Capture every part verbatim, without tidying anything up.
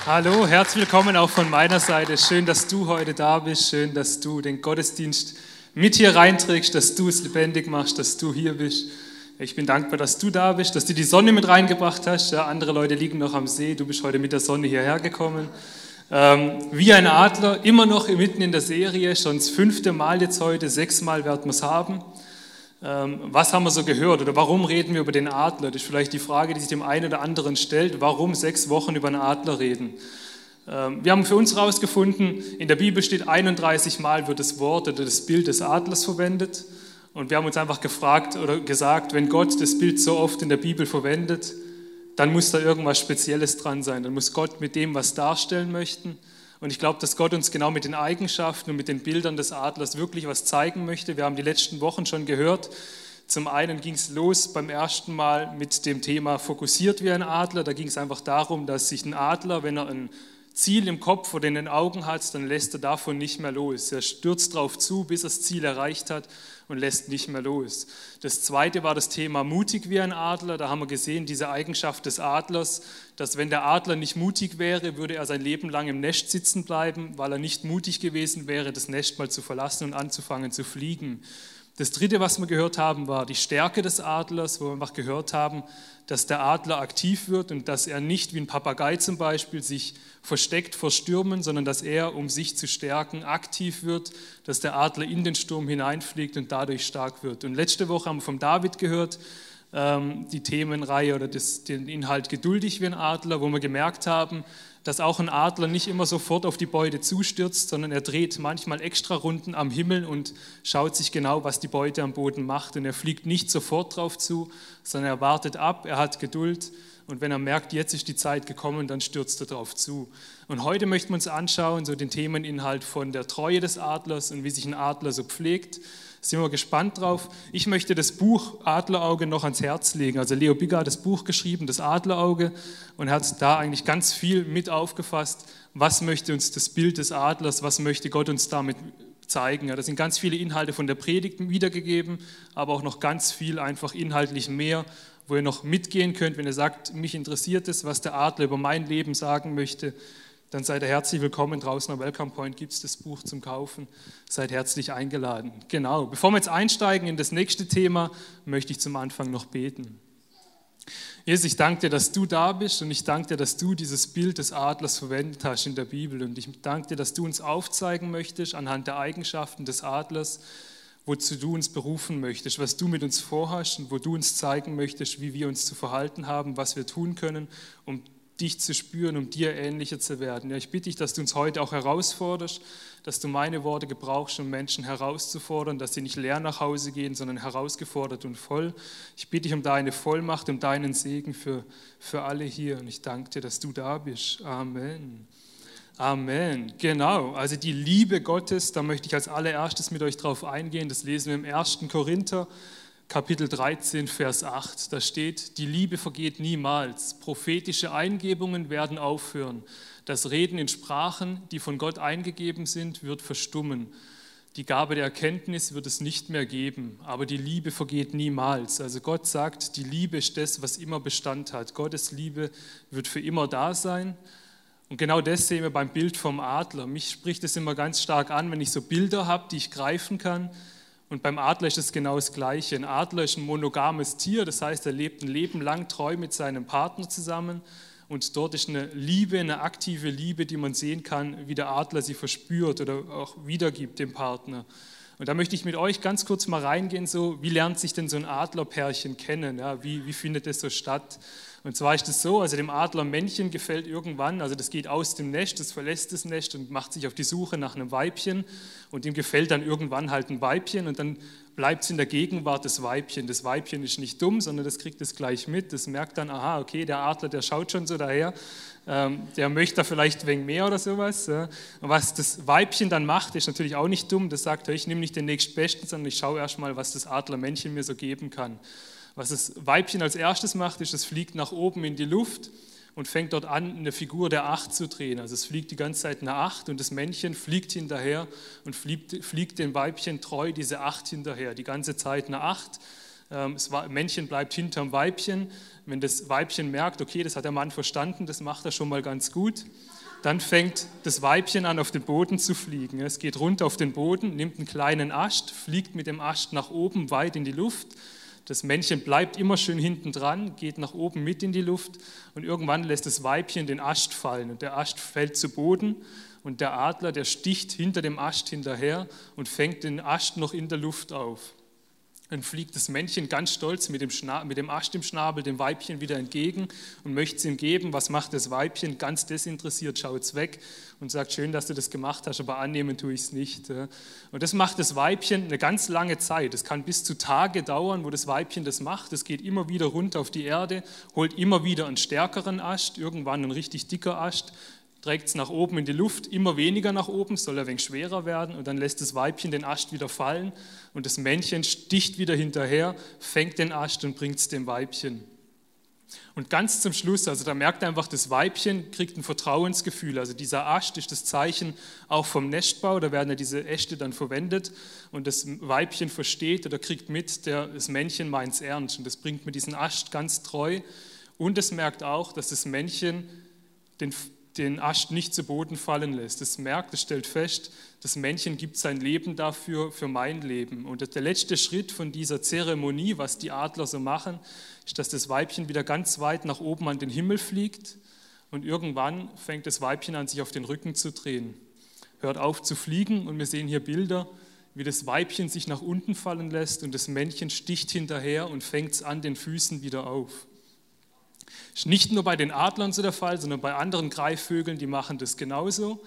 Hallo, herzlich willkommen auch von meiner Seite. Schön, dass du heute da bist. Schön, dass du den Gottesdienst mit hier reinträgst, dass du es lebendig machst, dass du hier bist. Ich bin dankbar, dass du da bist, dass du die Sonne mit reingebracht hast. Ja, andere Leute liegen noch am See, du bist heute mit der Sonne hierher gekommen. Ähm, wie ein Adler, immer noch mitten in der Serie, schon das fünfte Mal jetzt heute, sechsmal werden wir es haben. Ähm, was haben wir so gehört oder warum reden wir über den Adler? Das ist vielleicht die Frage, die sich dem einen oder anderen stellt. Warum sechs Wochen über einen Adler reden? Ähm, wir haben für uns herausgefunden, in der Bibel steht einunddreißig Mal wird das Wort oder das Bild des Adlers verwendet. Und wir haben uns einfach gefragt oder gesagt, wenn Gott das Bild so oft in der Bibel verwendet, dann muss da irgendwas Spezielles dran sein. Dann muss Gott mit dem was darstellen möchten. Und ich glaube, dass Gott uns genau mit den Eigenschaften und mit den Bildern des Adlers wirklich was zeigen möchte. Wir haben die letzten Wochen schon gehört. Zum einen ging es los beim ersten Mal mit dem Thema fokussiert wie ein Adler. Da ging es einfach darum, dass sich ein Adler, wenn er ein Ziel im Kopf oder in den Augen hat, dann lässt er davon nicht mehr los. Er stürzt darauf zu, bis er das Ziel erreicht hat und lässt nicht mehr los. Das zweite war das Thema mutig wie ein Adler. Da haben wir gesehen, diese Eigenschaft des Adlers, dass wenn der Adler nicht mutig wäre, würde er sein Leben lang im Nest sitzen bleiben, weil er nicht mutig gewesen wäre, das Nest mal zu verlassen und anzufangen zu fliegen. Das dritte, was wir gehört haben, war die Stärke des Adlers, wo wir einfach gehört haben, dass der Adler aktiv wird und dass er nicht wie ein Papagei zum Beispiel sich versteckt vor Stürmen, sondern dass er, um sich zu stärken, aktiv wird, dass der Adler in den Sturm hineinfliegt und dadurch stark wird. Und letzte Woche haben wir vom David gehört, ähm, die Themenreihe oder das, den Inhalt geduldig wie ein Adler, wo wir gemerkt haben, dass auch ein Adler nicht immer sofort auf die Beute zustürzt, sondern er dreht manchmal extra Runden am Himmel und schaut sich genau, was die Beute am Boden macht. Und er fliegt nicht sofort drauf zu, sondern er wartet ab, er hat Geduld. Und wenn er merkt, jetzt ist die Zeit gekommen, dann stürzt er drauf zu. Und heute möchten wir uns anschauen, so den Themeninhalt von der Treue des Adlers und wie sich ein Adler so pflegt. Sind wir gespannt drauf. Ich möchte das Buch Adlerauge noch ans Herz legen. Also Leo Bigger hat das Buch geschrieben, das Adlerauge, und hat da eigentlich ganz viel mit aufgefasst. Was möchte uns das Bild des Adlers, was möchte Gott uns damit zeigen? Ja, da sind ganz viele Inhalte von der Predigt wiedergegeben, aber auch noch ganz viel einfach inhaltlich mehr, wo ihr noch mitgehen könnt, wenn ihr sagt, mich interessiert es, was der Adler über mein Leben sagen möchte. Dann seid ihr herzlich willkommen. Draußen am Welcome Point gibt es das Buch zum Kaufen. Seid herzlich eingeladen. Genau. Bevor wir jetzt einsteigen in das nächste Thema, möchte ich zum Anfang noch beten. Jesus, ich danke dir, dass du da bist und ich danke dir, dass du dieses Bild des Adlers verwendet hast in der Bibel. Und ich danke dir, dass du uns aufzeigen möchtest anhand der Eigenschaften des Adlers, wozu du uns berufen möchtest, was du mit uns vorhast und wo du uns zeigen möchtest, wie wir uns zu verhalten haben, was wir tun können, um dich zu spüren, um dir ähnlicher zu werden. Ja, ich bitte dich, dass du uns heute auch herausforderst, dass du meine Worte gebrauchst, um Menschen herauszufordern, dass sie nicht leer nach Hause gehen, sondern herausgefordert und voll. Ich bitte dich um deine Vollmacht, um deinen Segen für, für alle hier. Und ich danke dir, dass du da bist. Amen. Amen. Genau, also die Liebe Gottes, da möchte ich als allererstes mit euch drauf eingehen. Das lesen wir im ersten Korinther, Kapitel dreizehn, Vers acht, da steht, die Liebe vergeht niemals, prophetische Eingebungen werden aufhören, das Reden in Sprachen, die von Gott eingegeben sind, wird verstummen, die Gabe der Erkenntnis wird es nicht mehr geben, aber die Liebe vergeht niemals. Also Gott sagt, die Liebe ist das, was immer Bestand hat. Gottes Liebe wird für immer da sein. Und genau das sehen wir beim Bild vom Adler. Mich spricht es immer ganz stark an, wenn ich so Bilder habe, die ich greifen kann. Und beim Adler ist es genau das Gleiche. Ein Adler ist ein monogames Tier, das heißt, er lebt ein Leben lang treu mit seinem Partner zusammen. Und dort ist eine Liebe, eine aktive Liebe, die man sehen kann, wie der Adler sie verspürt oder auch wiedergibt dem Partner. Und da möchte ich mit euch ganz kurz mal reingehen, so, wie lernt sich denn so ein Adlerpärchen kennen? Ja, wie, wie findet das so statt? Und zwar ist es so, also dem Adlermännchen gefällt irgendwann, also das geht aus dem Nest, das verlässt das Nest und macht sich auf die Suche nach einem Weibchen und ihm gefällt dann irgendwann halt ein Weibchen und dann bleibt es in der Gegenwart des Weibchen. Das Weibchen ist nicht dumm, sondern das kriegt es gleich mit, das merkt dann, aha, okay, der Adler, der schaut schon so daher, ähm, der möchte da vielleicht ein wenig mehr oder sowas. Ja. Und was das Weibchen dann macht, ist natürlich auch nicht dumm, das sagt, ich nehme nicht den nächstbesten, sondern ich schaue erst mal, was das Adlermännchen mir so geben kann. Was das Weibchen als erstes macht, ist, es fliegt nach oben in die Luft und fängt dort an, eine Figur der Acht zu drehen. Also es fliegt die ganze Zeit eine Acht und das Männchen fliegt hinterher und fliegt, fliegt dem Weibchen treu diese Acht hinterher. Die ganze Zeit eine Acht. Das Männchen bleibt hinterm Weibchen. Wenn das Weibchen merkt, okay, das hat der Mann verstanden, das macht er schon mal ganz gut. dann fängt das Weibchen an, auf den Boden zu fliegen. Es geht runter auf den Boden, nimmt einen kleinen Ast, fliegt mit dem Ast nach oben weit in die Luft. Das Männchen bleibt immer schön hinten dran, geht nach oben mit in die Luft und irgendwann lässt das Weibchen den Ast fallen und der Ast fällt zu Boden und der Adler, der sticht hinter dem Ast hinterher und fängt den Ast noch in der Luft auf. Dann fliegt das Männchen ganz stolz mit dem, Schna- mit dem Ast im Schnabel dem Weibchen wieder entgegen und möchte es ihm geben. Was macht das Weibchen? Ganz desinteressiert, schaut es weg und sagt, schön, dass du das gemacht hast, aber annehmen tue ich es nicht. Und das macht das Weibchen eine ganz lange Zeit. Es kann bis zu Tage dauern, wo das Weibchen das macht. Es geht immer wieder runter auf die Erde, holt immer wieder einen stärkeren Ast, irgendwann ein richtig dicker Ast, trägt es nach oben in die Luft, immer weniger nach oben, soll er ein wenig schwerer werden und dann lässt das Weibchen den Ast wieder fallen und das Männchen sticht wieder hinterher, fängt den Ast und bringt es dem Weibchen. Und ganz zum Schluss, also da merkt einfach, das Weibchen kriegt ein Vertrauensgefühl, also dieser Ast ist das Zeichen auch vom Nestbau, da werden ja diese Äste dann verwendet und das Weibchen versteht oder kriegt mit, der, das Männchen meint es ernst und das bringt mir diesen Ast ganz treu und es merkt auch, dass das Männchen den den Ast nicht zu Boden fallen lässt. Es merkt, es stellt fest, das Männchen gibt sein Leben dafür, für mein Leben. Und der letzte Schritt von dieser Zeremonie, was die Adler so machen, ist, dass das Weibchen wieder ganz weit nach oben an den Himmel fliegt und irgendwann fängt das Weibchen an, sich auf den Rücken zu drehen. Hört auf zu fliegen und wir sehen hier Bilder, wie das Weibchen sich nach unten fallen lässt und das Männchen sticht hinterher und fängt es an den Füßen wieder auf. Ist nicht nur bei den Adlern so der Fall, sondern bei anderen Greifvögeln, die machen das genauso.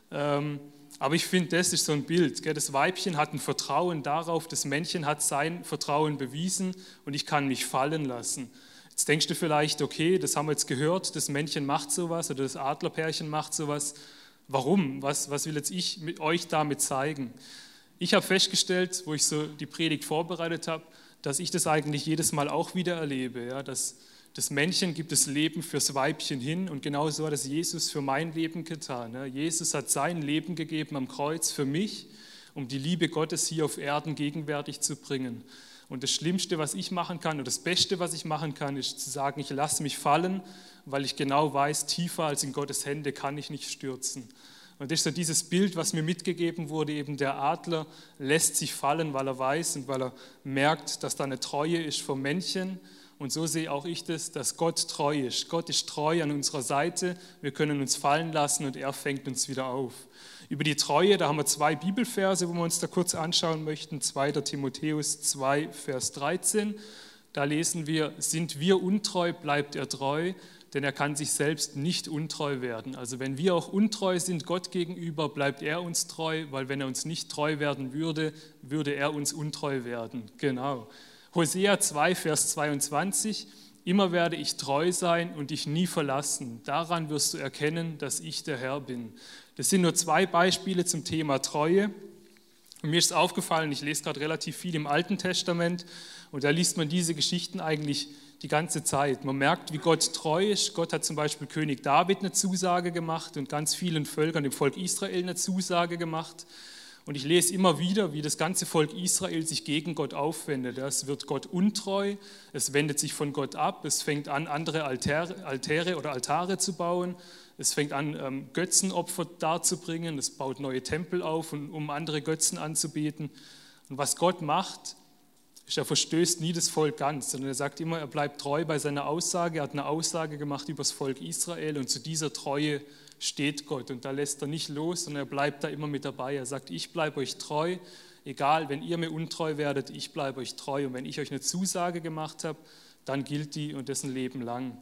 Aber ich finde, das ist so ein Bild. Das Weibchen hat ein Vertrauen darauf, das Männchen hat sein Vertrauen bewiesen und ich kann mich fallen lassen. Jetzt denkst du vielleicht, okay, das haben wir jetzt gehört, das Männchen macht sowas oder das Adlerpärchen macht sowas. Warum? Was, was will jetzt ich mit euch damit zeigen? Ich habe festgestellt, wo ich so die Predigt vorbereitet habe, dass ich das eigentlich jedes Mal auch wieder erlebe, ja, dass das Männchen gibt das Leben fürs Weibchen hin und genauso hat es Jesus für mein Leben getan. Jesus hat sein Leben gegeben am Kreuz für mich, um die Liebe Gottes hier auf Erden gegenwärtig zu bringen. Und das Schlimmste, was ich machen kann, oder das Beste, was ich machen kann, ist zu sagen, ich lasse mich fallen, weil ich genau weiß, tiefer als in Gottes Hände kann ich nicht stürzen. Und das ist so dieses Bild, was mir mitgegeben wurde, eben der Adler lässt sich fallen, weil er weiß und weil er merkt, dass da eine Treue ist vom Männchen. Und so sehe auch ich das, dass Gott treu ist. Gott ist treu an unserer Seite. Wir können uns fallen lassen und er fängt uns wieder auf. Über die Treue, da haben wir zwei Bibelverse, wo wir uns da kurz anschauen möchten. zweiter Timotheus zwei, Vers dreizehn. Da lesen wir, sind wir untreu, bleibt er treu, denn er kann sich selbst nicht untreu werden. Also wenn wir auch untreu sind Gott gegenüber, bleibt er uns treu, weil wenn er uns nicht treu werden würde, würde er uns untreu werden. Genau. Hosea zwei, Vers zweiundzwanzig, immer werde ich treu sein und dich nie verlassen. Daran wirst du erkennen, dass ich der Herr bin. Das sind nur zwei Beispiele zum Thema Treue. Und mir ist aufgefallen, ich lese gerade relativ viel im Alten Testament und da liest man diese Geschichten eigentlich die ganze Zeit. Man merkt, wie Gott treu ist. Gott hat zum Beispiel König David eine Zusage gemacht und ganz vielen Völkern, dem Volk Israel, eine Zusage gemacht. Und ich lese immer wieder, wie das ganze Volk Israel sich gegen Gott aufwendet. Es wird Gott untreu, es wendet sich von Gott ab, es fängt an, andere Altäre, Altäre oder Altare zu bauen, es fängt an, Götzenopfer darzubringen, es baut neue Tempel auf, um andere Götzen anzubeten. Und was Gott macht, ist, er verstößt nie das Volk ganz, sondern er sagt immer, er bleibt treu bei seiner Aussage. Er hat eine Aussage gemacht über das Volk Israel und zu dieser Treue steht Gott. Und da lässt er nicht los, sondern er bleibt da immer mit dabei. Er sagt, ich bleibe euch treu, egal, wenn ihr mir untreu werdet, ich bleibe euch treu. Und wenn ich euch eine Zusage gemacht habe, dann gilt die und das ein Leben lang.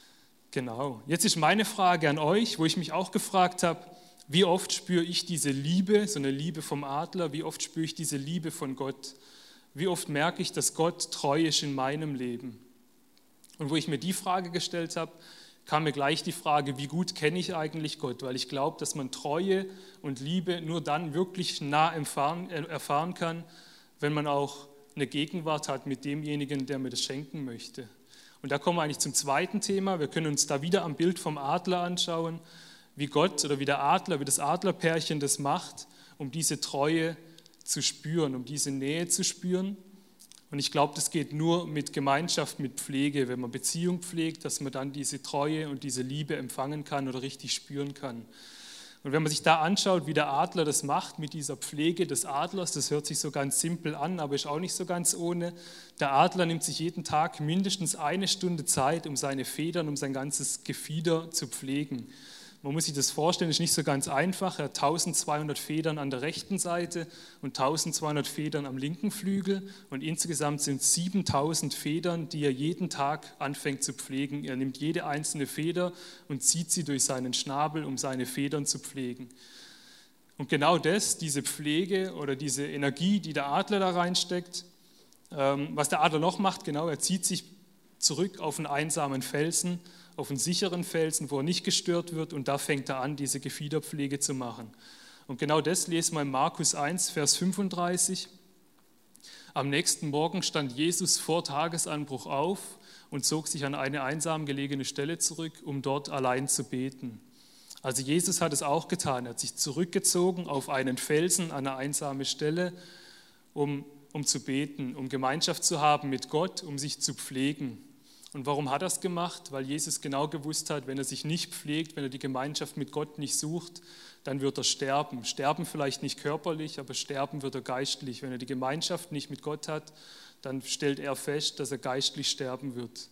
Genau. Jetzt ist meine Frage an euch, wo ich mich auch gefragt habe, wie oft spüre ich diese Liebe, so eine Liebe vom Adler, wie oft spüre ich diese Liebe von Gott? Wie oft merke ich, dass Gott treu ist in meinem Leben? Und wo ich mir die Frage gestellt habe, kam mir gleich die Frage, wie gut kenne ich eigentlich Gott? Weil ich glaube, dass man Treue und Liebe nur dann wirklich nah erfahren kann, wenn man auch eine Gegenwart hat mit demjenigen, der mir das schenken möchte. Und da kommen wir eigentlich zum zweiten Thema. Wir können uns da wieder am Bild vom Adler anschauen, wie Gott oder wie der Adler, wie das Adlerpärchen das macht, um diese Treue zu spüren, um diese Nähe zu spüren. Und ich glaube, das geht nur mit Gemeinschaft, mit Pflege, wenn man Beziehung pflegt, dass man dann diese Treue und diese Liebe empfangen kann oder richtig spüren kann. Und wenn man sich da anschaut, wie der Adler das macht mit dieser Pflege des Adlers, das hört sich so ganz simpel an, aber ist auch nicht so ganz ohne. Der Adler nimmt sich jeden Tag mindestens eine Stunde Zeit, um seine Federn, um sein ganzes Gefieder zu pflegen. Man muss sich das vorstellen, ist nicht so ganz einfach. Er hat tausendzweihundert Federn an der rechten Seite und tausendzweihundert Federn am linken Flügel und insgesamt sind es siebentausend Federn, die er jeden Tag anfängt zu pflegen. Er nimmt jede einzelne Feder und zieht sie durch seinen Schnabel, um seine Federn zu pflegen. Und genau das, diese Pflege oder diese Energie, die der Adler da reinsteckt, was der Adler noch macht, genau, er zieht sich zurück auf einen einsamen Felsen, auf einen sicheren Felsen, wo er nicht gestört wird, und da fängt er an, diese Gefiederpflege zu machen. Und genau das lesen wir in Markus eins, Vers fünfunddreißig. Am nächsten Morgen stand Jesus vor Tagesanbruch auf und zog sich an eine einsam gelegene Stelle zurück, um dort allein zu beten. Also Jesus hat es auch getan, er hat sich zurückgezogen auf einen Felsen, an eine einsame Stelle, um, um zu beten, um Gemeinschaft zu haben mit Gott, um sich zu pflegen. Und warum hat er es gemacht? Weil Jesus genau gewusst hat, wenn er sich nicht pflegt, wenn er die Gemeinschaft mit Gott nicht sucht, dann wird er sterben. Sterben vielleicht nicht körperlich, aber sterben wird er geistlich. Wenn er die Gemeinschaft nicht mit Gott hat, dann stellt er fest, dass er geistlich sterben wird.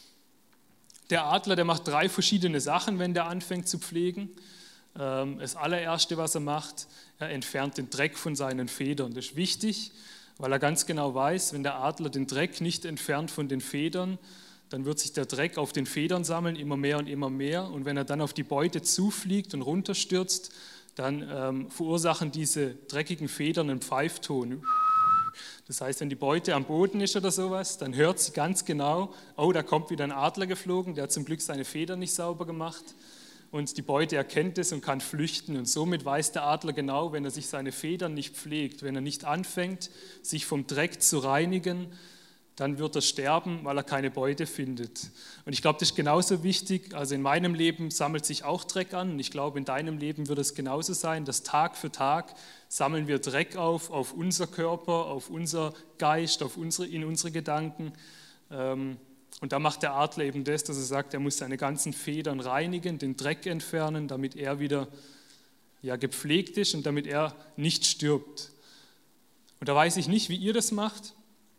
Der Adler, der macht drei verschiedene Sachen, wenn der anfängt zu pflegen. Das allererste, was er macht, er entfernt den Dreck von seinen Federn. Das ist wichtig, weil er ganz genau weiß, wenn der Adler den Dreck nicht entfernt von den Federn, dann wird sich der Dreck auf den Federn sammeln, immer mehr und immer mehr. Und wenn er dann auf die Beute zufliegt und runterstürzt, dann ähm, verursachen diese dreckigen Federn einen Pfeifton. Das heißt, wenn die Beute am Boden ist oder sowas, dann hört sie ganz genau, oh, da kommt wieder ein Adler geflogen, der hat zum Glück seine Federn nicht sauber gemacht. Und die Beute erkennt es und kann flüchten. Und somit weiß der Adler genau, wenn er sich seine Federn nicht pflegt, wenn er nicht anfängt, sich vom Dreck zu reinigen, dann wird er sterben, weil er keine Beute findet. Und ich glaube, das ist genauso wichtig. Also in meinem Leben sammelt sich auch Dreck an. Und ich glaube, in deinem Leben wird es genauso sein, dass Tag für Tag sammeln wir Dreck auf, auf unser Körper, auf unser Geist, auf unsere, in unsere Gedanken. Und da macht der Adler eben das, dass er sagt, er muss seine ganzen Federn reinigen, den Dreck entfernen, damit er wieder ja, gepflegt ist und damit er nicht stirbt. Und da weiß ich nicht, wie ihr das macht.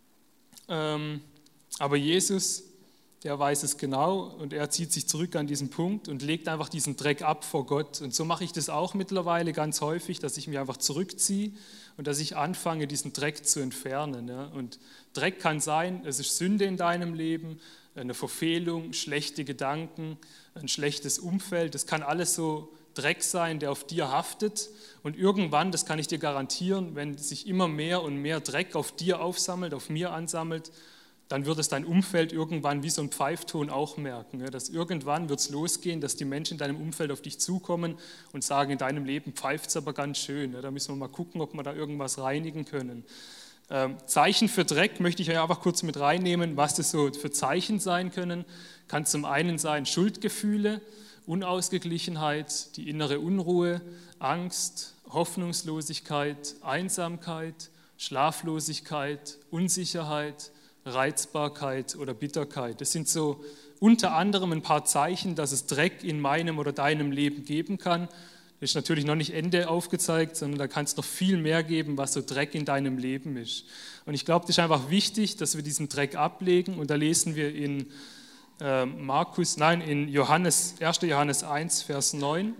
Ähm, aber Jesus, der weiß es genau und er zieht sich zurück an diesen Punkt und legt einfach diesen Dreck ab vor Gott. Und so mache ich das auch mittlerweile ganz häufig, dass ich mich einfach zurückziehe und dass ich anfange, diesen Dreck zu entfernen. Ja. Und Dreck kann sein, es ist Sünde in deinem Leben, eine Verfehlung, schlechte Gedanken, ein schlechtes Umfeld. Das kann alles so Dreck sein, der auf dir haftet. Und irgendwann, das kann ich dir garantieren, wenn sich immer mehr und mehr Dreck auf dir aufsammelt, auf mir ansammelt, dann wird es dein Umfeld irgendwann wie so ein Pfeifton auch merken. Dass irgendwann wird es losgehen, dass die Menschen in deinem Umfeld auf dich zukommen und sagen, in deinem Leben pfeift es aber ganz schön. Da müssen wir mal gucken, ob wir da irgendwas reinigen können. Ähm, Zeichen für Dreck möchte ich euch einfach kurz mit reinnehmen, was das so für Zeichen sein können. Kann zum einen sein Schuldgefühle, Unausgeglichenheit, die innere Unruhe, Angst, Hoffnungslosigkeit, Einsamkeit, Schlaflosigkeit, Unsicherheit, Reizbarkeit oder Bitterkeit. Das sind so unter anderem ein paar Zeichen, dass es Dreck in meinem oder deinem Leben geben kann. Das ist natürlich noch nicht Ende aufgezeigt, sondern da kann es noch viel mehr geben, was so Dreck in deinem Leben ist. Und ich glaube, das ist einfach wichtig, dass wir diesen Dreck ablegen. Und da lesen wir in äh, Markus, nein, in Johannes, erster Johannes eins, Vers neun.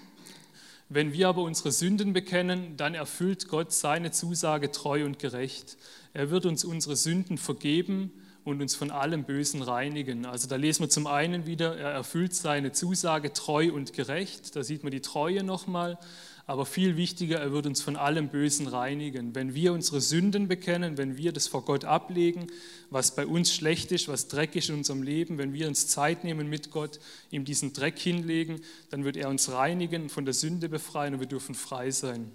Wenn wir aber unsere Sünden bekennen, dann erfüllt Gott seine Zusage treu und gerecht. Er wird uns unsere Sünden vergeben und uns von allem Bösen reinigen. Also da lesen wir zum einen wieder, er erfüllt seine Zusage treu und gerecht. Da sieht man die Treue nochmal. Aber viel wichtiger, er wird uns von allem Bösen reinigen. Wenn wir unsere Sünden bekennen, wenn wir das vor Gott ablegen, was bei uns schlecht ist, was dreckig ist in unserem Leben, wenn wir uns Zeit nehmen mit Gott, ihm diesen Dreck hinlegen, dann wird er uns reinigen, von der Sünde befreien und wir dürfen frei sein.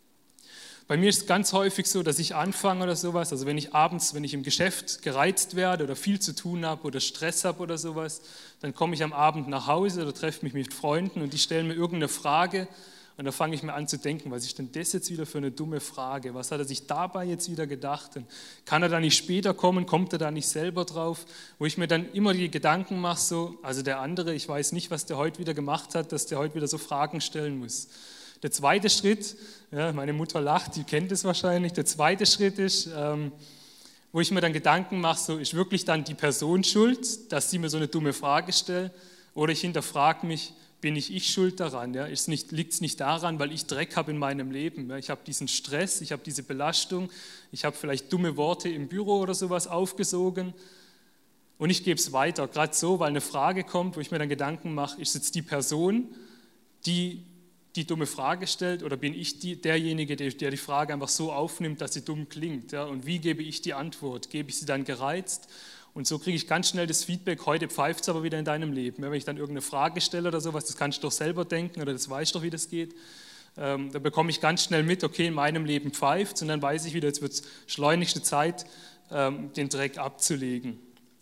Bei mir ist es ganz häufig so, dass ich anfange oder sowas, also wenn ich abends, wenn ich im Geschäft gereizt werde oder viel zu tun habe oder Stress habe oder sowas, dann komme ich am Abend nach Hause oder treffe mich mit Freunden und die stellen mir irgendeine Frage Und da fange ich mir an zu denken, was ist denn das jetzt wieder für eine dumme Frage? Was hat er sich dabei jetzt wieder gedacht? Und kann er da nicht später kommen? Kommt er da nicht selber drauf? Wo ich mir dann immer die Gedanken mache, so, also der andere, ich weiß nicht, was der heute wieder gemacht hat, dass der heute wieder so Fragen stellen muss. Der zweite Schritt, ja, meine Mutter lacht, die kennt es wahrscheinlich, der zweite Schritt ist, ähm, wo ich mir dann Gedanken mache, so, ist wirklich dann die Person schuld, dass sie mir so eine dumme Frage stellt? Oder ich hinterfrage mich, bin ich ich schuld daran? Ja? Liegt es nicht daran, weil ich Dreck habe in meinem Leben? Ja? Ich habe diesen Stress, ich habe diese Belastung, ich habe vielleicht dumme Worte im Büro oder sowas aufgesogen und ich gebe es weiter. Gerade so, weil eine Frage kommt, wo ich mir dann Gedanken mache, ist jetzt die Person, die die dumme Frage stellt, oder bin ich die, derjenige, der, der die Frage einfach so aufnimmt, dass sie dumm klingt? Ja? Und wie gebe ich die Antwort? Gebe ich sie dann gereizt? Und so kriege ich ganz schnell das Feedback, heute pfeift es aber wieder in deinem Leben. Wenn ich dann irgendeine Frage stelle oder sowas, das kannst du doch selber denken oder das weißt doch, wie das geht, ähm, dann bekomme ich ganz schnell mit, okay, in meinem Leben pfeift es und dann weiß ich wieder, jetzt wird es schleunigste Zeit, ähm, den Dreck abzulegen.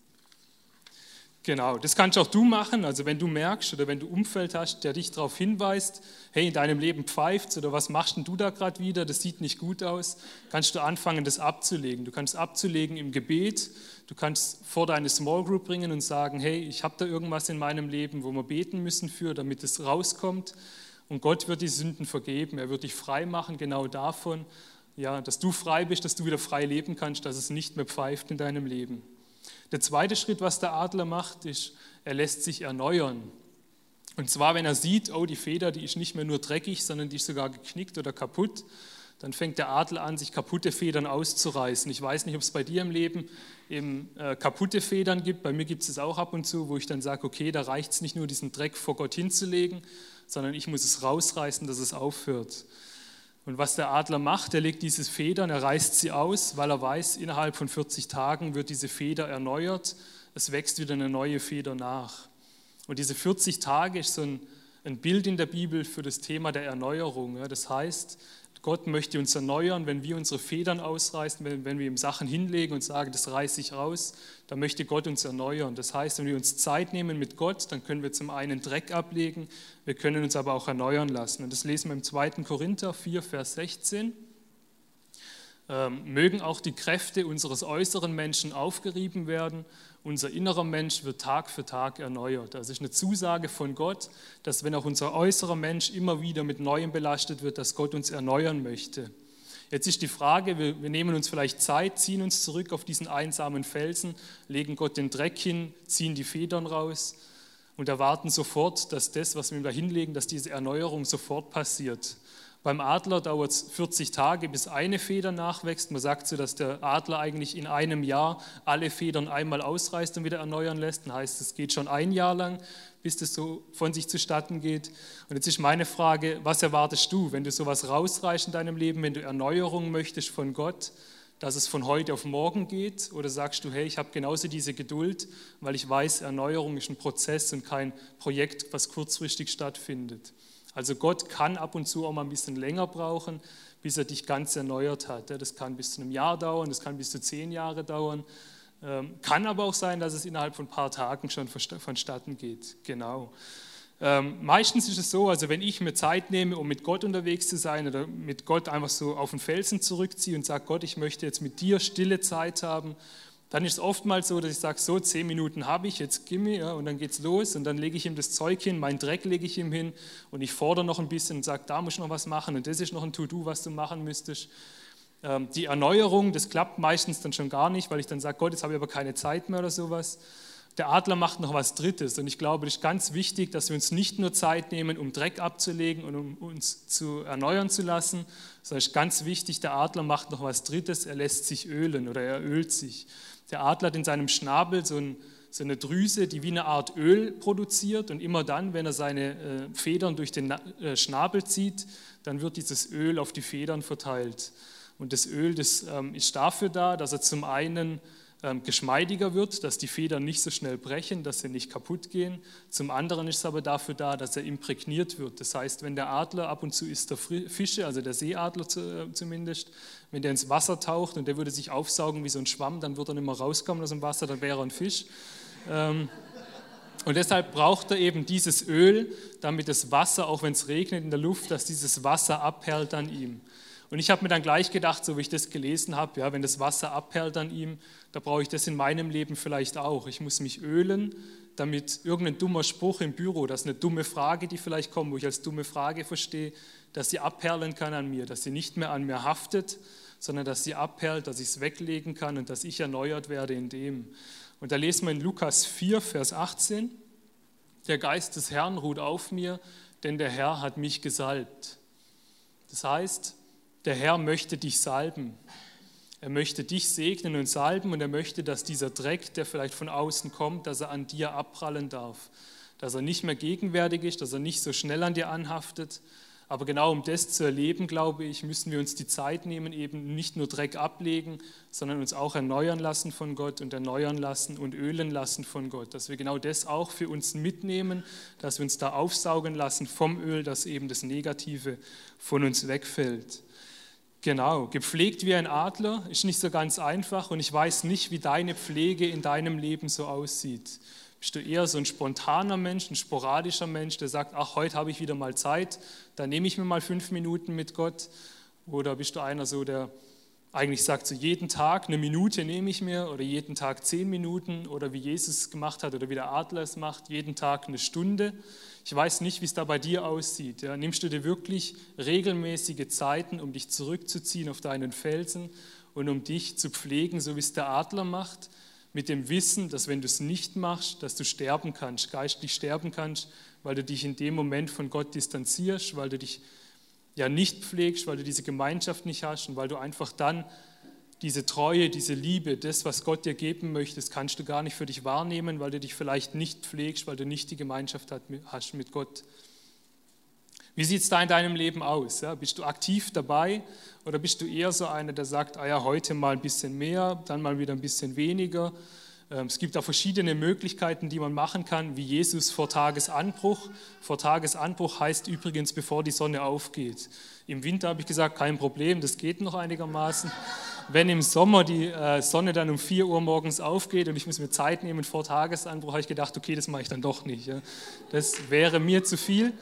Genau, das kannst auch du machen, also wenn du merkst oder wenn du Umfeld hast, der dich darauf hinweist, hey, in deinem Leben pfeift's oder was machst denn du da gerade wieder, das sieht nicht gut aus, kannst du anfangen, das abzulegen. Du kannst abzulegen im Gebet, du kannst vor deine Small Group bringen und sagen, hey, ich habe da irgendwas in meinem Leben, wo wir beten müssen für, damit es rauskommt und Gott wird die Sünden vergeben, er wird dich frei machen, genau davon, ja, dass du frei bist, dass du wieder frei leben kannst, dass es nicht mehr pfeift in deinem Leben. Der zweite Schritt, was der Adler macht, ist, er lässt sich erneuern. Und zwar, wenn er sieht, oh, die Feder, die ist nicht mehr nur dreckig, sondern die ist sogar geknickt oder kaputt, dann fängt der Adler an, sich kaputte Federn auszureißen. Ich weiß nicht, ob es bei dir im Leben eben äh, kaputte Federn gibt. Bei mir gibt es es auch ab und zu, wo ich dann sage, okay, da reicht es nicht nur, diesen Dreck vor Gott hinzulegen, sondern ich muss es rausreißen, dass es aufhört. Und was der Adler macht, er legt diese Federn, er reißt sie aus, weil er weiß, innerhalb von vierzig Tagen wird diese Feder erneuert, es wächst wieder eine neue Feder nach. Und diese vierzig Tage ist so ein, ein Bild in der Bibel für das Thema der Erneuerung. Ja, das heißt, Gott möchte uns erneuern, wenn wir unsere Federn ausreißen, wenn, wenn wir ihm Sachen hinlegen und sagen, das reiße ich raus, dann möchte Gott uns erneuern. Das heißt, wenn wir uns Zeit nehmen mit Gott, dann können wir zum einen Dreck ablegen, wir können uns aber auch erneuern lassen. Und das lesen wir im zweiten Korinther vier, Vers sechzehn. Ähm, mögen auch die Kräfte unseres äußeren Menschen aufgerieben werden, unser innerer Mensch wird Tag für Tag erneuert. Das ist eine Zusage von Gott, dass wenn auch unser äußerer Mensch immer wieder mit Neuem belastet wird, dass Gott uns erneuern möchte. Jetzt ist die Frage, wir, wir nehmen uns vielleicht Zeit, ziehen uns zurück auf diesen einsamen Felsen, legen Gott den Dreck hin, ziehen die Federn raus und erwarten sofort, dass das, was wir ihm da hinlegen, dass diese Erneuerung sofort passiert. Beim Adler dauert es vierzig Tage, bis eine Feder nachwächst. Man sagt so, dass der Adler eigentlich in einem Jahr alle Federn einmal ausreißt und wieder erneuern lässt. Das heißt, es geht schon ein Jahr lang, bis das so von sich zustatten geht. Und jetzt ist meine Frage, was erwartest du, wenn du sowas rausreißt in deinem Leben, wenn du Erneuerung möchtest von Gott, dass es von heute auf morgen geht? Oder sagst du, hey, ich habe genauso diese Geduld, weil ich weiß, Erneuerung ist ein Prozess und kein Projekt, was kurzfristig stattfindet. Also Gott kann ab und zu auch mal ein bisschen länger brauchen, bis er dich ganz erneuert hat. Das kann bis zu einem Jahr dauern, das kann bis zu zehn Jahre dauern. Kann aber auch sein, dass es innerhalb von ein paar Tagen schon vonstatten geht. Genau. Meistens ist es so, also wenn ich mir Zeit nehme, um mit Gott unterwegs zu sein oder mit Gott einfach so auf den Felsen zurückziehe und sage, Gott, ich möchte jetzt mit dir stille Zeit haben, dann ist es oftmals so, dass ich sage, so zehn Minuten habe ich, jetzt gimme, ja, und dann geht's los und dann lege ich ihm das Zeug hin, meinen Dreck lege ich ihm hin und ich fordere noch ein bisschen und sage, da muss ich noch was machen und das ist noch ein To-Do, was du machen müsstest. Ähm, die Erneuerung, das klappt meistens dann schon gar nicht, weil ich dann sage, Gott, jetzt habe ich aber keine Zeit mehr oder sowas. Der Adler macht noch was Drittes und ich glaube, das ist ganz wichtig, dass wir uns nicht nur Zeit nehmen, um Dreck abzulegen und um uns zu erneuern zu lassen, sondern es ist ganz wichtig, der Adler macht noch was Drittes, er lässt sich ölen oder er ölt sich. Der Adler hat in seinem Schnabel so, ein, so eine Drüse, die wie eine Art Öl produziert und immer dann, wenn er seine äh, Federn durch den äh, Schnabel zieht, dann wird dieses Öl auf die Federn verteilt. Und das Öl, das ähm, ist dafür da, dass er zum einen ähm, geschmeidiger wird, dass die Federn nicht so schnell brechen, dass sie nicht kaputt gehen. Zum anderen ist es aber dafür da, dass er imprägniert wird. Das heißt, wenn der Adler, ab und zu isst er Fische, also der Seeadler zumindest, wenn der ins Wasser taucht und der würde sich aufsaugen wie so ein Schwamm, dann würde er nicht mehr rauskommen aus dem Wasser, dann wäre er ein Fisch. Ähm, Und deshalb braucht er eben dieses Öl, damit das Wasser, auch wenn es regnet in der Luft, dass dieses Wasser abperlt an ihm. Und ich habe mir dann gleich gedacht, so wie ich das gelesen habe, ja, wenn das Wasser abperlt an ihm, da brauche ich das in meinem Leben vielleicht auch. Ich muss mich ölen, damit irgendein dummer Spruch im Büro, das ist eine dumme Frage, die vielleicht kommt, wo ich als dumme Frage verstehe, dass sie abperlen kann an mir, dass sie nicht mehr an mir haftet, sondern dass sie abperlt, dass ich es weglegen kann und dass ich erneuert werde in dem. Und da lesen wir in Lukas vier, Vers achtzehn, der Geist des Herrn ruht auf mir, denn der Herr hat mich gesalbt. Das heißt, der Herr möchte dich salben. Er möchte dich segnen und salben und er möchte, dass dieser Dreck, der vielleicht von außen kommt, dass er an dir abprallen darf. Dass er nicht mehr gegenwärtig ist, dass er nicht so schnell an dir anhaftet. Aber genau um das zu erleben, glaube ich, müssen wir uns die Zeit nehmen, eben nicht nur Dreck ablegen, sondern uns auch erneuern lassen von Gott und erneuern lassen und ölen lassen von Gott. Dass wir genau das auch für uns mitnehmen, dass wir uns da aufsaugen lassen vom Öl, dass eben das Negative von uns wegfällt. Genau, gepflegt wie ein Adler ist nicht so ganz einfach und ich weiß nicht, wie deine Pflege in deinem Leben so aussieht. Bist du eher so ein spontaner Mensch, ein sporadischer Mensch, der sagt, ach, heute habe ich wieder mal Zeit, dann nehme ich mir mal fünf Minuten mit Gott? Oder bist du einer so, der eigentlich sagt, so jeden Tag eine Minute nehme ich mir oder jeden Tag zehn Minuten oder wie Jesus es gemacht hat oder wie der Adler es macht, jeden Tag eine Stunde? Ich weiß nicht, wie es da bei dir aussieht. Ja, nimmst du dir wirklich regelmäßige Zeiten, um dich zurückzuziehen auf deinen Felsen und um dich zu pflegen, so wie es der Adler macht? Mit dem Wissen, dass wenn du es nicht machst, dass du sterben kannst, geistlich sterben kannst, weil du dich in dem Moment von Gott distanzierst, weil du dich ja nicht pflegst, weil du diese Gemeinschaft nicht hast und weil du einfach dann diese Treue, diese Liebe, das, was Gott dir geben möchte, das kannst du gar nicht für dich wahrnehmen, weil du dich vielleicht nicht pflegst, weil du nicht die Gemeinschaft hast mit Gott. Wie sieht es da in deinem Leben aus? Ja, bist du aktiv dabei oder bist du eher so einer, der sagt, ah ja, heute mal ein bisschen mehr, dann mal wieder ein bisschen weniger? Es gibt auch verschiedene Möglichkeiten, die man machen kann, wie Jesus vor Tagesanbruch. Vor Tagesanbruch heißt übrigens, bevor die Sonne aufgeht. Im Winter habe ich gesagt, kein Problem, das geht noch einigermaßen. Wenn im Sommer die Sonne dann um vier Uhr morgens aufgeht und ich muss mir Zeit nehmen vor Tagesanbruch, habe ich gedacht, okay, das mache ich dann doch nicht. Das wäre mir zu viel.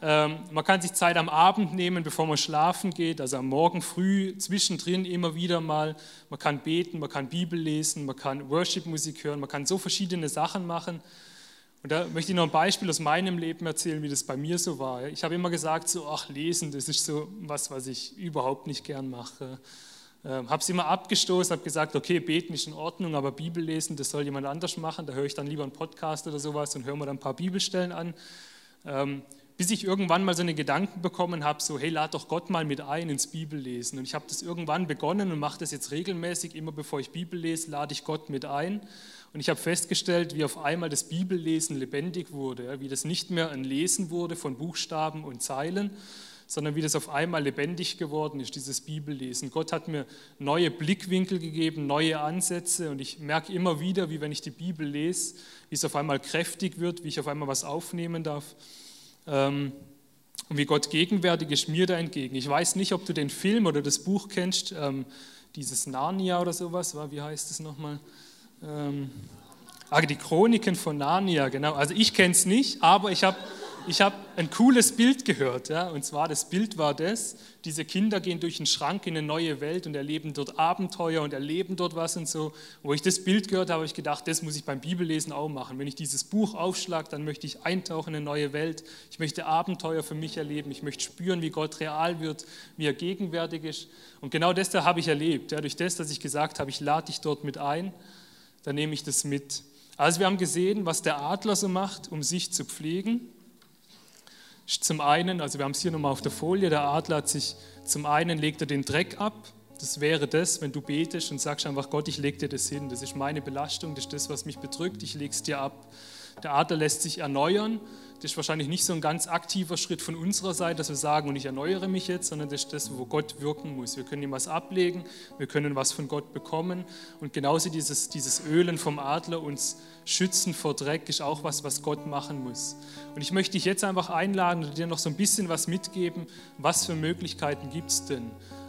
Man kann sich Zeit am Abend nehmen, bevor man schlafen geht, also am Morgen früh, zwischendrin immer wieder mal. Man kann beten, man kann Bibel lesen, man kann Worship-Musik hören, man kann so verschiedene Sachen machen. Und da möchte ich noch ein Beispiel aus meinem Leben erzählen, wie das bei mir so war. Ich habe immer gesagt, so, ach, lesen, das ist so was, was ich überhaupt nicht gern mache. Ähm, habe es immer abgestoßen, habe gesagt, okay, beten ist in Ordnung, aber Bibel lesen, das soll jemand anders machen. Da höre ich dann lieber einen Podcast oder sowas und höre mir dann ein paar Bibelstellen an. Ähm, bis ich irgendwann mal so einen Gedanken bekommen habe, so, hey, lad doch Gott mal mit ein ins Bibellesen. Und ich habe das irgendwann begonnen und mache das jetzt regelmäßig, immer bevor ich Bibel lese, lade ich Gott mit ein. Und ich habe festgestellt, wie auf einmal das Bibellesen lebendig wurde, wie das nicht mehr ein Lesen wurde von Buchstaben und Zeilen, sondern wie das auf einmal lebendig geworden ist, dieses Bibellesen. Gott hat mir neue Blickwinkel gegeben, neue Ansätze und ich merke immer wieder, wie wenn ich die Bibel lese, wie es auf einmal kräftig wird, wie ich auf einmal was aufnehmen darf. Und wie Gott gegenwärtig ist mir da entgegen. Ich weiß nicht, ob du den Film oder das Buch kennst, ähm, dieses Narnia oder sowas, wie heißt es nochmal? Ähm, ah, die Chroniken von Narnia, genau. Also ich kenne es nicht, aber ich habe ich hab ein cooles Bild gehört. Ja? Und zwar, das Bild war das, diese Kinder gehen durch einen Schrank in eine neue Welt und erleben dort Abenteuer und erleben dort was und so. Wo ich das Bild gehört habe, habe ich gedacht, das muss ich beim Bibellesen auch machen. Wenn ich dieses Buch aufschlage, dann möchte ich eintauchen in eine neue Welt. Ich möchte Abenteuer für mich erleben. Ich möchte spüren, wie Gott real wird, wie er gegenwärtig ist. Und genau das da habe ich erlebt. Ja? Durch das, dass ich gesagt habe, ich lade dich dort mit ein, dann nehme ich das mit. Also wir haben gesehen, was der Adler so macht, um sich zu pflegen. Zum einen, also wir haben es hier nochmal auf der Folie, der Adler hat sich, zum einen legt er den Dreck ab. Das wäre das, wenn du betest und sagst einfach, Gott, ich lege dir das hin. Das ist meine Belastung, das ist das, was mich bedrückt, ich lege es dir ab. Der Adler lässt sich erneuern. Das ist wahrscheinlich nicht so ein ganz aktiver Schritt von unserer Seite, dass wir sagen, und ich erneuere mich jetzt, sondern das ist das, wo Gott wirken muss. Wir können ihm was ablegen, wir können was von Gott bekommen. Und genauso dieses, dieses Ölen vom Adler, uns schützen vor Dreck, ist auch was, was Gott machen muss. Und ich möchte dich jetzt einfach einladen und dir noch so ein bisschen was mitgeben, was für Möglichkeiten gibt es denn?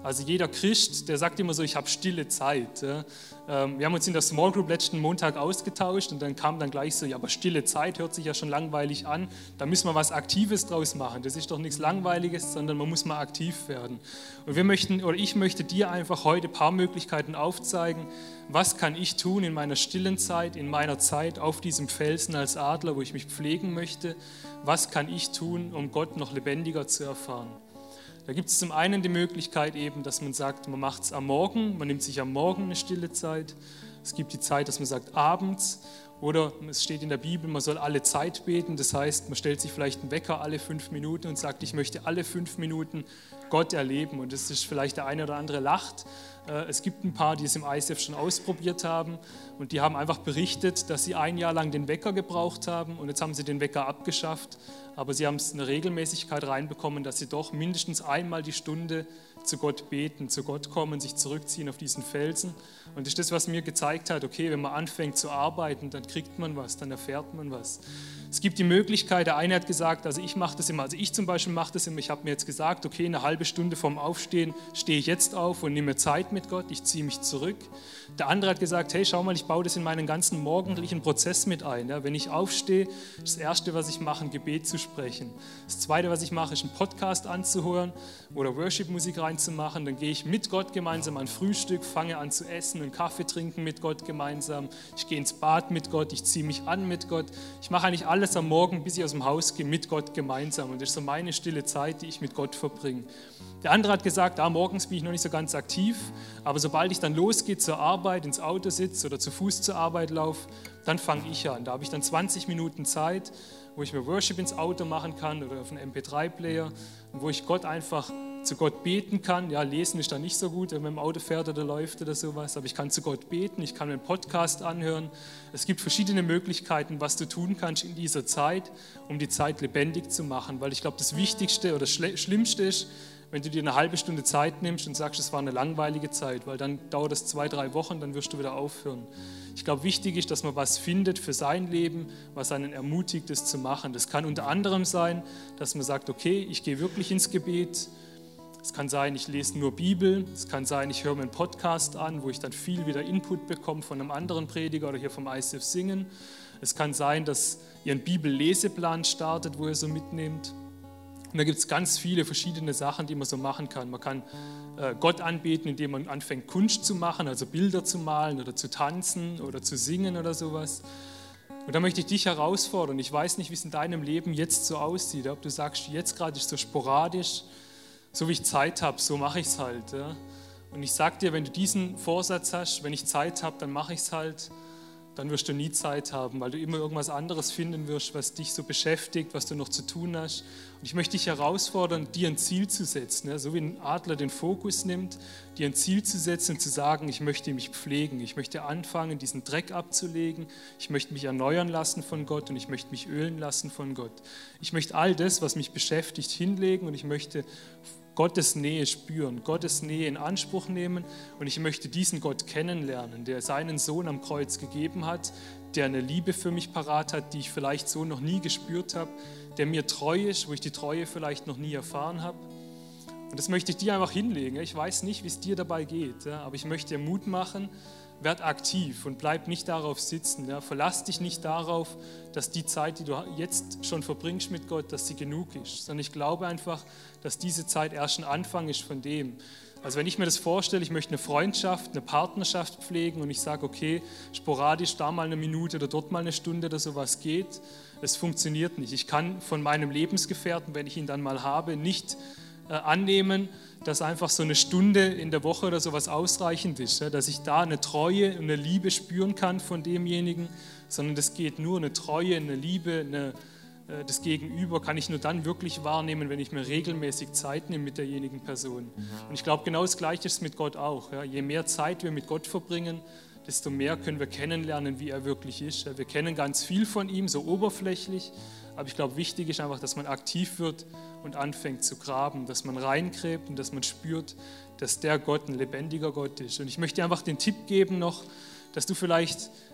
Also jeder Christ, der sagt immer so, ich habe stille Zeit. Wir haben uns in der Small Group letzten Montag ausgetauscht und dann kam dann gleich so, ja, aber stille Zeit hört sich ja schon langweilig an, da müssen wir was Aktives draus machen. Das ist doch nichts Langweiliges, sondern man muss mal aktiv werden. Und wir möchten, oder ich möchte dir einfach heute ein paar Möglichkeiten aufzeigen, was kann ich tun in meiner stillen Zeit, in meiner Zeit auf diesem Felsen als Adler, wo ich mich pflegen möchte. Was kann ich tun, um Gott noch lebendiger zu erfahren? Da gibt es zum einen die Möglichkeit eben, dass man sagt, man macht es am Morgen, man nimmt sich am Morgen eine stille Zeit. Es gibt die Zeit, dass man sagt abends, oder es steht in der Bibel, man soll alle Zeit beten. Das heißt, man stellt sich vielleicht einen Wecker alle fünf Minuten und sagt, ich möchte alle fünf Minuten Gott erleben. Und das ist vielleicht der eine oder andere lacht. Es gibt ein paar, die es im I C F schon ausprobiert haben und die haben einfach berichtet, dass sie ein Jahr lang den Wecker gebraucht haben und jetzt haben sie den Wecker abgeschafft, aber sie haben es eine Regelmäßigkeit reinbekommen, dass sie doch mindestens einmal die Stunde zu Gott beten, zu Gott kommen, sich zurückziehen auf diesen Felsen. Und das ist das, was mir gezeigt hat, okay, wenn man anfängt zu arbeiten, dann kriegt man was, dann erfährt man was. Es gibt die Möglichkeit, der eine hat gesagt, also ich mache das immer, also ich zum Beispiel mache das immer, ich habe mir jetzt gesagt, okay, eine halbe Stunde vorm Aufstehen stehe ich jetzt auf und nehme Zeit mit Gott, ich ziehe mich zurück. Der andere hat gesagt, hey, schau mal, ich baue das in meinen ganzen morgendlichen Prozess mit ein. Ja, wenn ich aufstehe, ist das Erste, was ich mache, ein Gebet zu sprechen. Das Zweite, was ich mache, ist einen Podcast anzuhören oder Worship-Musik reinzumachen. Dann gehe ich mit Gott gemeinsam an Frühstück, fange an zu essen, einen Kaffee trinken mit Gott gemeinsam. Ich gehe ins Bad mit Gott, ich ziehe mich an mit Gott. Ich mache eigentlich alles am Morgen, bis ich aus dem Haus gehe, mit Gott gemeinsam. Und das ist so meine stille Zeit, die ich mit Gott verbringe. Der andere hat gesagt, ah, morgens bin ich noch nicht so ganz aktiv, aber sobald ich dann losgehe zur Arbeit, ins Auto sitze oder zu Fuß zur Arbeit laufe, dann fange ich an. Da habe ich dann zwanzig Minuten Zeit, wo ich mir Worship ins Auto machen kann oder auf einen M P drei Player, wo ich Gott einfach zu Gott beten kann. Ja, lesen ist da nicht so gut, wenn man im Auto fährt oder läuft oder sowas, aber ich kann zu Gott beten, ich kann mir einen Podcast anhören. Es gibt verschiedene Möglichkeiten, was du tun kannst in dieser Zeit, um die Zeit lebendig zu machen, weil ich glaube, das Wichtigste oder das Schlimmste ist, wenn du dir eine halbe Stunde Zeit nimmst und sagst, es war eine langweilige Zeit, weil dann dauert das zwei, drei Wochen, dann wirst du wieder aufhören. Ich glaube, wichtig ist, dass man was findet für sein Leben, was einen ermutigt, es zu machen. Das kann unter anderem sein, dass man sagt, okay, ich gehe wirklich ins Gebet. Es kann sein, ich lese nur Bibel. Es kann sein, ich höre mir einen Podcast an, wo ich dann viel wieder Input bekomme von einem anderen Prediger oder hier vom I C F Singen. Es kann sein, dass ihr einen Bibelleseplan startet, wo ihr so mitnehmt. Und da gibt es ganz viele verschiedene Sachen, die man so machen kann. Man kann äh, Gott anbeten, indem man anfängt, Kunst zu machen, also Bilder zu malen oder zu tanzen oder zu singen oder sowas. Und da möchte ich dich herausfordern. Ich weiß nicht, wie es in deinem Leben jetzt so aussieht. Ob du sagst, jetzt gerade ist es so sporadisch, so wie ich Zeit habe, so mache ich es halt. Ja. Und ich sage dir, wenn du diesen Vorsatz hast, wenn ich Zeit habe, dann mache ich es halt, dann wirst du nie Zeit haben, weil du immer irgendwas anderes finden wirst, was dich so beschäftigt, was du noch zu tun hast. Und ich möchte dich herausfordern, dir ein Ziel zu setzen, ja, so wie ein Adler den Fokus nimmt, dir ein Ziel zu setzen und zu sagen, ich möchte mich pflegen, ich möchte anfangen, diesen Dreck abzulegen, ich möchte mich erneuern lassen von Gott und ich möchte mich ölen lassen von Gott. Ich möchte all das, was mich beschäftigt, hinlegen und ich möchte Gottes Nähe spüren, Gottes Nähe in Anspruch nehmen und ich möchte diesen Gott kennenlernen, der seinen Sohn am Kreuz gegeben hat, der eine Liebe für mich parat hat, die ich vielleicht so noch nie gespürt habe, der mir treu ist, wo ich die Treue vielleicht noch nie erfahren habe. Und das möchte ich dir einfach hinlegen. Ich weiß nicht, wie es dir dabei geht, aber ich möchte dir Mut machen, werd aktiv und bleib nicht darauf sitzen. Verlass dich nicht darauf, dass die Zeit, die du jetzt schon verbringst mit Gott, dass sie genug ist, sondern ich glaube einfach, dass diese Zeit erst ein Anfang ist von dem. Also wenn ich mir das vorstelle, ich möchte eine Freundschaft, eine Partnerschaft pflegen und ich sage, okay, sporadisch da mal eine Minute oder dort mal eine Stunde oder sowas geht, es funktioniert nicht. Ich kann von meinem Lebensgefährten, wenn ich ihn dann mal habe, nicht äh, annehmen, dass einfach so eine Stunde in der Woche oder sowas ausreichend ist, ja, dass ich da eine Treue und eine Liebe spüren kann von demjenigen, sondern das geht nur, eine Treue, eine Liebe, eine, äh, das Gegenüber kann ich nur dann wirklich wahrnehmen, wenn ich mir regelmäßig Zeit nehme mit derjenigen Person. Und ich glaube, genau das Gleiche ist mit Gott auch. Ja. Je mehr Zeit wir mit Gott verbringen, desto mehr können wir kennenlernen, wie er wirklich ist. Ja. Wir kennen ganz viel von ihm, so oberflächlich, aber ich glaube, wichtig ist einfach, dass man aktiv wird und anfängt zu graben, dass man reingräbt und dass man spürt, dass der Gott ein lebendiger Gott ist. Und ich möchte dir einfach den Tipp geben noch, dass du vielleicht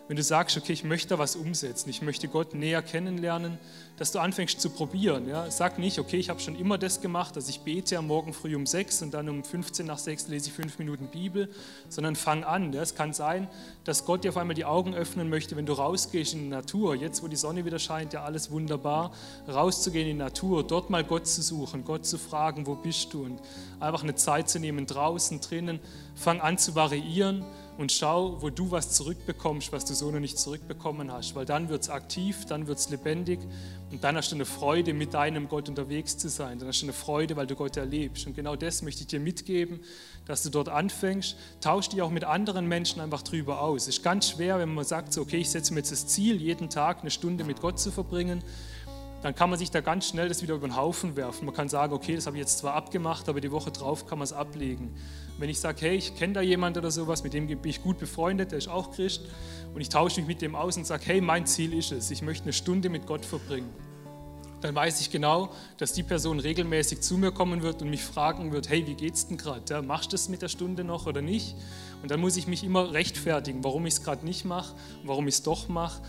wenn du sagst, okay, ich möchte da was umsetzen, ich möchte Gott näher kennenlernen, dass du anfängst zu probieren. Ja? Sag nicht, okay, ich habe schon immer das gemacht, dass ich bete am Morgen früh um sechs und dann um fünfzehn nach sechs lese ich fünf Minuten Bibel, sondern fang an. Ja? Es kann sein, dass Gott dir auf einmal die Augen öffnen möchte, wenn du rausgehst in die Natur, jetzt wo die Sonne wieder scheint, ja alles wunderbar, rauszugehen in die Natur, dort mal Gott zu suchen, Gott zu fragen, wo bist du, und einfach eine Zeit zu nehmen, draußen, drinnen, fang an zu variieren und schau, wo du was zurückbekommst, was du so noch nicht zurückbekommen hast, weil dann wird es aktiv, dann wird es lebendig und dann hast du eine Freude, mit deinem Gott unterwegs zu sein, dann hast du eine Freude, weil du Gott erlebst, und genau das möchte ich dir mitgeben, dass du dort anfängst. Tausch dich auch mit anderen Menschen einfach drüber aus. Es ist ganz schwer, wenn man sagt, so, okay, ich setze mir jetzt das Ziel, jeden Tag eine Stunde mit Gott zu verbringen, dann kann man sich da ganz schnell das wieder über den Haufen werfen. Man kann sagen, okay, das habe ich jetzt zwar abgemacht, aber die Woche drauf kann man es ablegen. Wenn ich sage, hey, ich kenne da jemanden oder sowas, mit dem bin ich gut befreundet, der ist auch Christ, und ich tausche mich mit dem aus und sage, hey, mein Ziel ist es, ich möchte eine Stunde mit Gott verbringen. Dann weiß ich genau, dass die Person regelmäßig zu mir kommen wird und mich fragen wird, hey, wie geht's denn gerade? Ja, machst du das mit der Stunde noch oder nicht? Und dann muss ich mich immer rechtfertigen, warum ich es gerade nicht mache und warum ich es doch mache.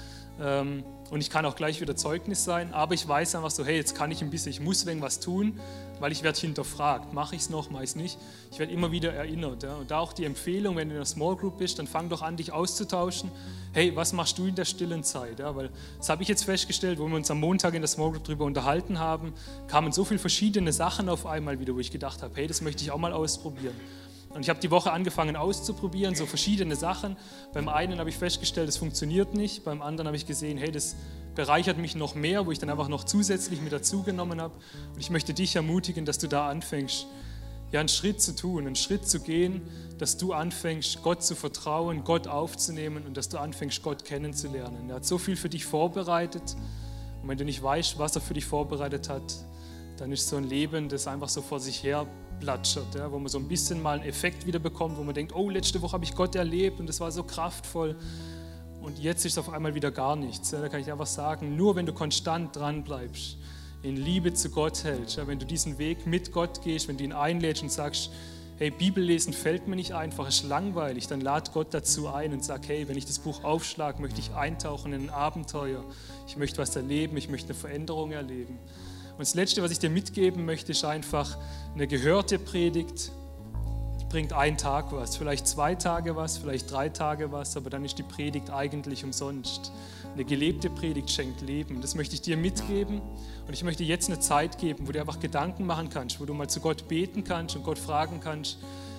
Und ich kann auch gleich wieder Zeugnis sein, aber ich weiß einfach so, hey, jetzt kann ich ein bisschen, ich muss irgendwas tun, weil ich werde hinterfragt. Mache ich es noch, mache ich es nicht? Ich werde immer wieder erinnert. Ja? Und da auch die Empfehlung, wenn du in einer Small Group bist, dann fang doch an, dich auszutauschen. Hey, was machst du in der stillen Zeit? Ja? Weil das habe ich jetzt festgestellt, wo wir uns am Montag in der Small Group darüber unterhalten haben, kamen so viele verschiedene Sachen auf einmal wieder, wo ich gedacht habe, hey, das möchte ich auch mal ausprobieren. Und ich habe die Woche angefangen auszuprobieren, so verschiedene Sachen. Beim einen habe ich festgestellt, es funktioniert nicht. Beim anderen habe ich gesehen, hey, das bereichert mich noch mehr, wo ich dann einfach noch zusätzlich mit dazugenommen habe. Und ich möchte dich ermutigen, dass du da anfängst, ja, einen Schritt zu tun, einen Schritt zu gehen, dass du anfängst, Gott zu vertrauen, Gott aufzunehmen und dass du anfängst, Gott kennenzulernen. Er hat so viel für dich vorbereitet. Und wenn du nicht weißt, was er für dich vorbereitet hat, dann ist so ein Leben, das einfach so vor sich her platschert, ja, wo man so ein bisschen mal einen Effekt wieder bekommt, wo man denkt, oh, letzte Woche habe ich Gott erlebt und das war so kraftvoll und jetzt ist es auf einmal wieder gar nichts. Ja, da kann ich einfach sagen, nur wenn du konstant dran bleibst, in Liebe zu Gott hältst, ja, wenn du diesen Weg mit Gott gehst, wenn du ihn einlädst und sagst, hey, Bibellesen fällt mir nicht einfach, ist langweilig, dann lad Gott dazu ein und sag, hey, wenn ich das Buch aufschlage, möchte ich eintauchen in ein Abenteuer, ich möchte was erleben, ich möchte eine Veränderung erleben. Und das Letzte, was ich dir mitgeben möchte, ist einfach eine gehörte Predigt, die bringt einen Tag was, vielleicht zwei Tage was, vielleicht drei Tage was, aber dann ist die Predigt eigentlich umsonst. Eine gelebte Predigt schenkt Leben. Das möchte ich dir mitgeben und ich möchte jetzt eine Zeit geben, wo du einfach Gedanken machen kannst, wo du mal zu Gott beten kannst und Gott fragen kannst,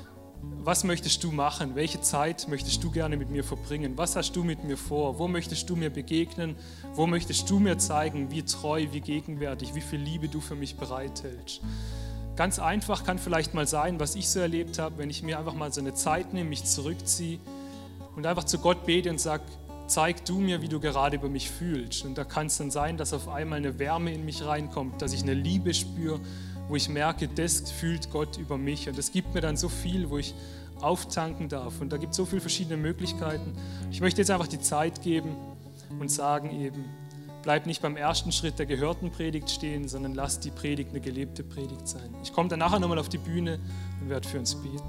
was möchtest du machen? Welche Zeit möchtest du gerne mit mir verbringen? Was hast du mit mir vor? Wo möchtest du mir begegnen? Wo möchtest du mir zeigen, wie treu, wie gegenwärtig, wie viel Liebe du für mich bereithältst? Ganz einfach kann vielleicht mal sein, was ich so erlebt habe, wenn ich mir einfach mal so eine Zeit nehme, mich zurückziehe und einfach zu Gott bete und sage, zeig du mir, wie du gerade über mich fühlst. Und da kann es dann sein, dass auf einmal eine Wärme in mich reinkommt, dass ich eine Liebe spüre, wo ich merke, das fühlt Gott über mich. Und das gibt mir dann so viel, wo ich auftanken darf. Und da gibt es so viele verschiedene Möglichkeiten. Ich möchte jetzt einfach die Zeit geben und sagen eben, bleib nicht beim ersten Schritt der gehörten Predigt stehen, sondern lass die Predigt eine gelebte Predigt sein. Ich komme dann nachher nochmal auf die Bühne und werde für uns beten.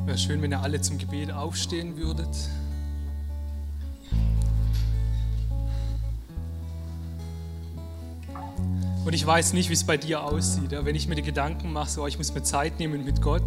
Wäre schön, wenn ihr alle zum Gebet aufstehen würdet. Und ich weiß nicht, wie es bei dir aussieht. Wenn ich mir die Gedanken mache, so, ich muss mir Zeit nehmen mit Gott,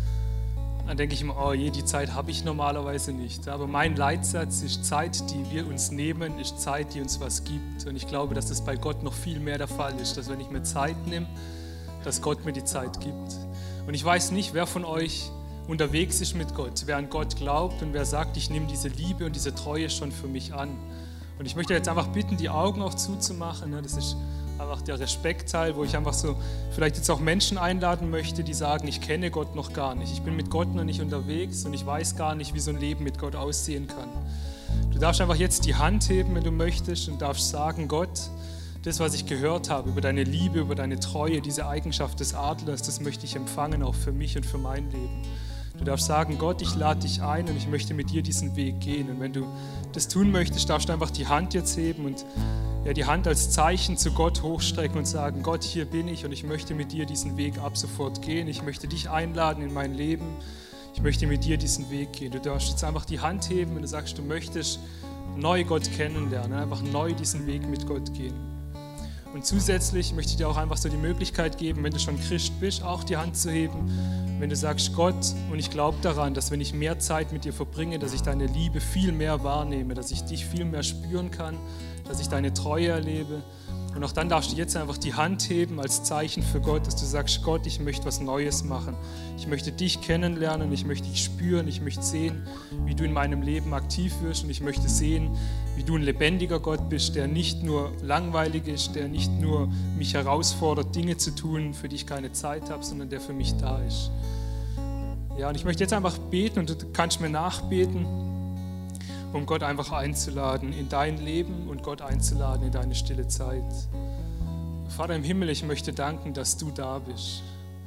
dann denke ich immer, oh je, die Zeit habe ich normalerweise nicht. Aber mein Leitsatz ist, Zeit, die wir uns nehmen, ist Zeit, die uns was gibt. Und ich glaube, dass das bei Gott noch viel mehr der Fall ist, dass wenn ich mir Zeit nehme, dass Gott mir die Zeit gibt. Und ich weiß nicht, wer von euch unterwegs ist mit Gott, wer an Gott glaubt und wer sagt, ich nehme diese Liebe und diese Treue schon für mich an. Und ich möchte jetzt einfach bitten, die Augen auch zuzumachen. Das ist einfach der Respektteil, wo ich einfach so vielleicht jetzt auch Menschen einladen möchte, die sagen, ich kenne Gott noch gar nicht. Ich bin mit Gott noch nicht unterwegs und ich weiß gar nicht, wie so ein Leben mit Gott aussehen kann. Du darfst einfach jetzt die Hand heben, wenn du möchtest, und darfst sagen, Gott, das, was ich gehört habe über deine Liebe, über deine Treue, diese Eigenschaft des Adlers, das möchte ich empfangen, auch für mich und für mein Leben. Du darfst sagen, Gott, ich lade dich ein und ich möchte mit dir diesen Weg gehen. Und wenn du das tun möchtest, darfst du einfach die Hand jetzt heben und ja, die Hand als Zeichen zu Gott hochstrecken und sagen, Gott, hier bin ich und ich möchte mit dir diesen Weg ab sofort gehen. Ich möchte dich einladen in mein Leben. Ich möchte mit dir diesen Weg gehen. Du darfst jetzt einfach die Hand heben, wenn du sagst, du möchtest neu Gott kennenlernen, einfach neu diesen Weg mit Gott gehen. Und zusätzlich möchte ich dir auch einfach so die Möglichkeit geben, wenn du schon Christ bist, auch die Hand zu heben. Wenn du sagst, Gott, und ich glaube daran, dass wenn ich mehr Zeit mit dir verbringe, dass ich deine Liebe viel mehr wahrnehme, dass ich dich viel mehr spüren kann, dass ich deine Treue erlebe. Und auch dann darfst du jetzt einfach die Hand heben als Zeichen für Gott, dass du sagst, Gott, ich möchte was Neues machen. Ich möchte dich kennenlernen, ich möchte dich spüren, ich möchte sehen, wie du in meinem Leben aktiv wirst und ich möchte sehen, wie du ein lebendiger Gott bist, der nicht nur langweilig ist, der nicht nur mich herausfordert, Dinge zu tun, für die ich keine Zeit habe, sondern der für mich da ist. Ja, und ich möchte jetzt einfach beten und du kannst mir nachbeten, um Gott einfach einzuladen in dein Leben und Gott einzuladen in deine stille Zeit. Vater im Himmel, ich möchte danken, dass du da bist.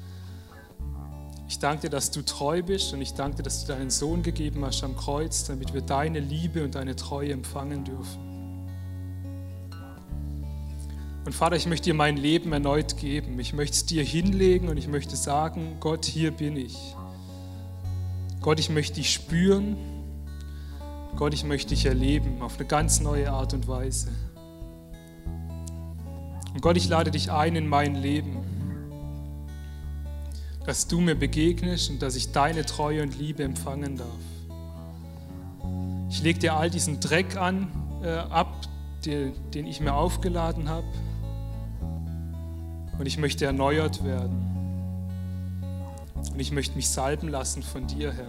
Ich danke dir, dass du treu bist und ich danke dir, dass du deinen Sohn gegeben hast am Kreuz, damit wir deine Liebe und deine Treue empfangen dürfen. Und Vater, ich möchte dir mein Leben erneut geben. Ich möchte es dir hinlegen und ich möchte sagen, Gott, hier bin ich. Gott, ich möchte dich spüren. Gott, ich möchte dich erleben auf eine ganz neue Art und Weise. Und Gott, ich lade dich ein in mein Leben, dass du mir begegnest und dass ich deine Treue und Liebe empfangen darf. Ich lege dir all diesen Dreck an, äh, ab, den, den ich mir aufgeladen habe, und ich möchte erneuert werden. Und ich möchte mich salben lassen von dir, Herr.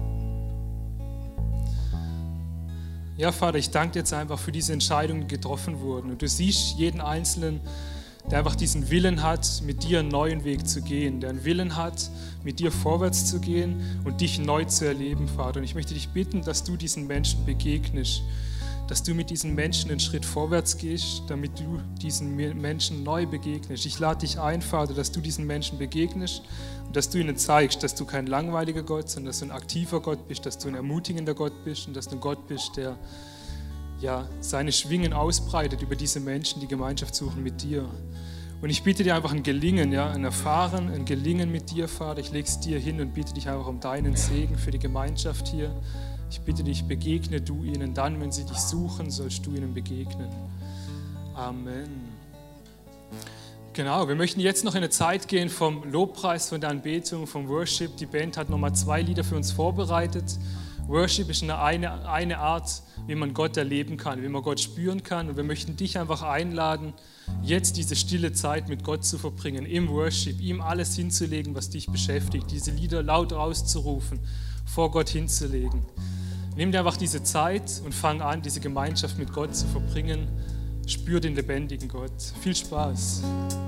Ja, Vater, ich danke dir jetzt einfach für diese Entscheidungen, die getroffen wurden. Und du siehst jeden Einzelnen, der einfach diesen Willen hat, mit dir einen neuen Weg zu gehen, der einen Willen hat, mit dir vorwärts zu gehen und dich neu zu erleben, Vater. Und ich möchte dich bitten, dass du diesen Menschen begegnest, dass du mit diesen Menschen einen Schritt vorwärts gehst, damit du diesen Menschen neu begegnest. Ich lade dich ein, Vater, dass du diesen Menschen begegnest und dass du ihnen zeigst, dass du kein langweiliger Gott, sondern dass du ein aktiver Gott bist, dass du ein ermutigender Gott bist und dass du ein Gott bist, der ja, seine Schwingen ausbreitet über diese Menschen, die Gemeinschaft suchen mit dir. Und ich bitte dir einfach ein Gelingen, ja, ein Erfahren, ein Gelingen mit dir, Vater. Ich lege es dir hin und bitte dich einfach um deinen Segen für die Gemeinschaft hier. Ich bitte dich, begegne du ihnen dann, wenn sie dich suchen, sollst du ihnen begegnen. Amen. Genau, wir möchten jetzt noch in eine Zeit gehen vom Lobpreis, von der Anbetung, vom Worship. Die Band hat nochmal zwei Lieder für uns vorbereitet. Worship ist eine, eine, eine Art, wie man Gott erleben kann, wie man Gott spüren kann. Und wir möchten dich einfach einladen, jetzt diese stille Zeit mit Gott zu verbringen, im Worship, ihm alles hinzulegen, was dich beschäftigt, diese Lieder laut rauszurufen, vor Gott hinzulegen. Nimm dir einfach diese Zeit und fang an, diese Gemeinschaft mit Gott zu verbringen. Spür den lebendigen Gott. Viel Spaß.